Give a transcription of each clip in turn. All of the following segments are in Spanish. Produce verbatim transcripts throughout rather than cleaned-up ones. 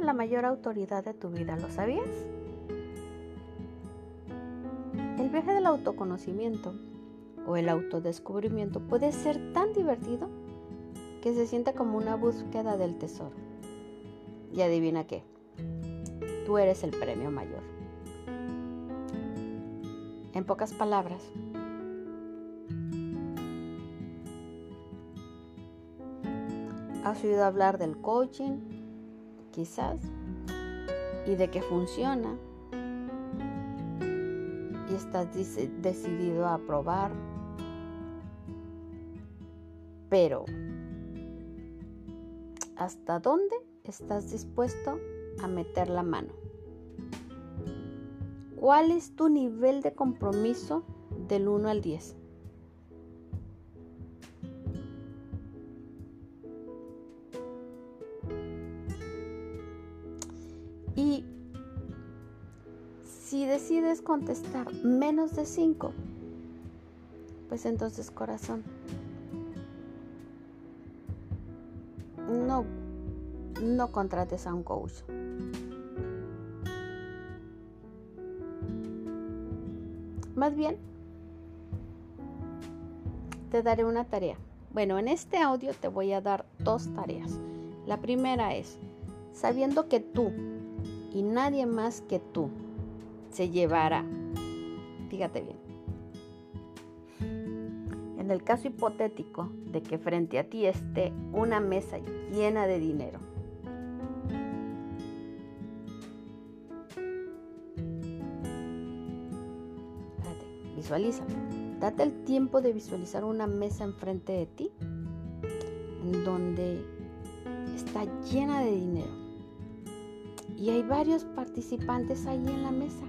la mayor autoridad de tu vida, ¿lo sabías? El viaje del autoconocimiento o el autodescubrimiento puede ser tan divertido que se siente como una búsqueda del tesoro. Y adivina qué, tú eres el premio mayor. En pocas palabras, has oído hablar del coaching, quizás, y de que funciona, y estás decidido a probar, pero ¿hasta dónde estás dispuesto a meter la mano? ¿Cuál es tu nivel de compromiso del uno al diez? Y si decides contestar menos de cinco, pues entonces, corazón, no, no contrates a un coach. Más bien, te daré una tarea. Bueno, en este audio te voy a dar dos tareas. La primera es, sabiendo que tú y nadie más que tú se llevará, fíjate bien, en el caso hipotético de que frente a ti esté una mesa llena de dinero, espérate, visualiza, date el tiempo de visualizar una mesa enfrente de ti en donde está llena de dinero. Y hay varios participantes ahí en la mesa.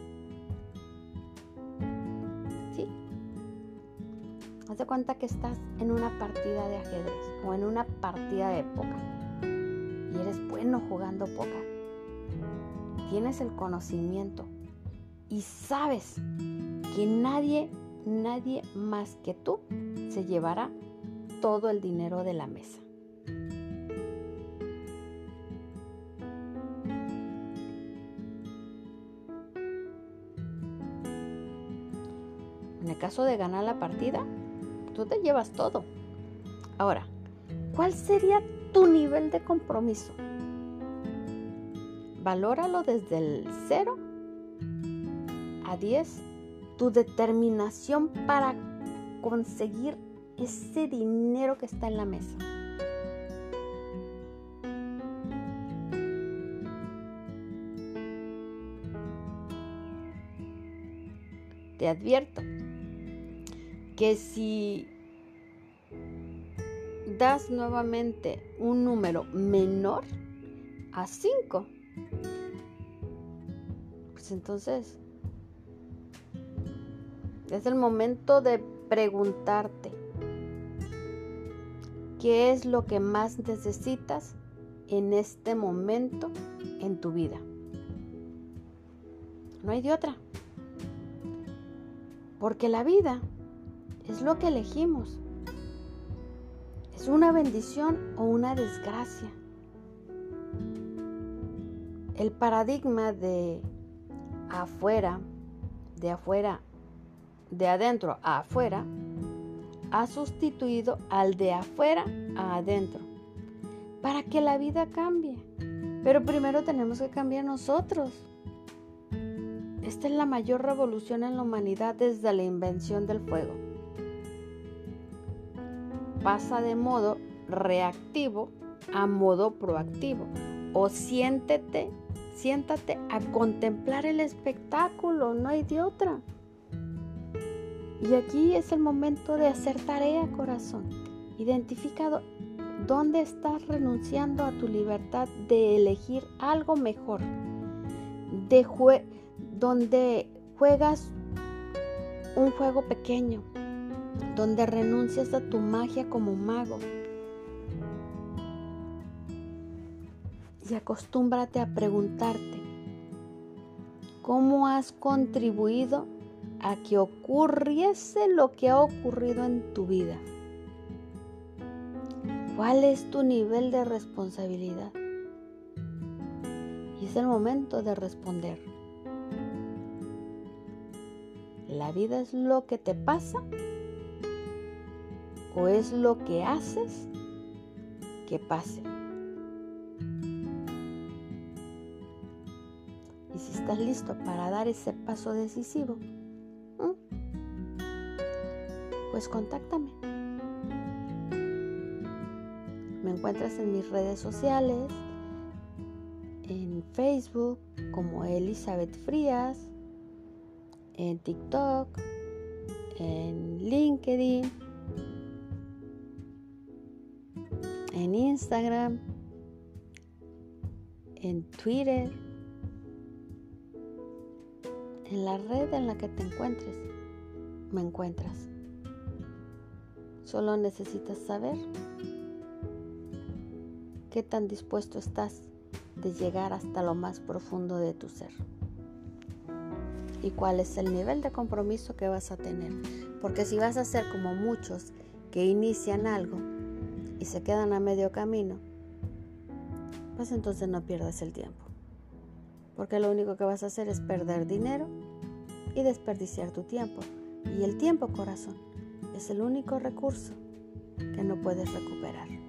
¿Sí? Haz de cuenta que estás en una partida de ajedrez o en una partida de póker. Y eres bueno jugando póker. Tienes el conocimiento y sabes que nadie, nadie más que tú se llevará todo el dinero de la mesa. En el caso de ganar la partida, tú te llevas todo. Ahora, ¿cuál sería tu nivel de compromiso? Valóralo desde el cero a diez, tu determinación para conseguir ese dinero que está en la mesa. Te advierto que si das nuevamente un número menor a cinco, pues entonces es el momento de preguntarte qué es lo que más necesitas en este momento en tu vida. No hay de otra. Porque la vida es lo que elegimos. Es una bendición o una desgracia. El paradigma de afuera, de afuera, de adentro a afuera, ha sustituido al de afuera a adentro, para que la vida cambie. Pero primero tenemos que cambiar nosotros. Esta es la mayor revolución en la humanidad desde la invención del fuego. Pasa de modo reactivo a modo proactivo. O siéntete, siéntate a contemplar el espectáculo, no hay de otra. Y aquí es el momento de hacer tarea, corazón. Identifica dónde estás renunciando a tu libertad de elegir algo mejor, de jue- donde juegas un juego pequeño, donde renuncias a tu magia como mago. Y acostúmbrate a preguntarte, ¿cómo has contribuido a que ocurriese lo que ha ocurrido en tu vida? ¿Cuál es tu nivel de responsabilidad? Y es el momento de responder. ¿La vida es lo que te pasa? ¿O es lo que haces que pase? Y si estás listo para dar ese paso decisivo, pues contáctame. Me encuentras en mis redes sociales, en Facebook como Elizabeth Frías, en TikTok, en LinkedIn, en Instagram, en Twitter, en la red en la que te encuentres, me encuentras. Solo necesitas saber qué tan dispuesto estás de llegar hasta lo más profundo de tu ser y cuál es el nivel de compromiso que vas a tener. Porque si vas a ser como muchos que inician algo y se quedan a medio camino, pues entonces no pierdas el tiempo, porque lo único que vas a hacer es perder dinero y desperdiciar tu tiempo. Y el tiempo, corazón, es el único recurso que no puedes recuperar.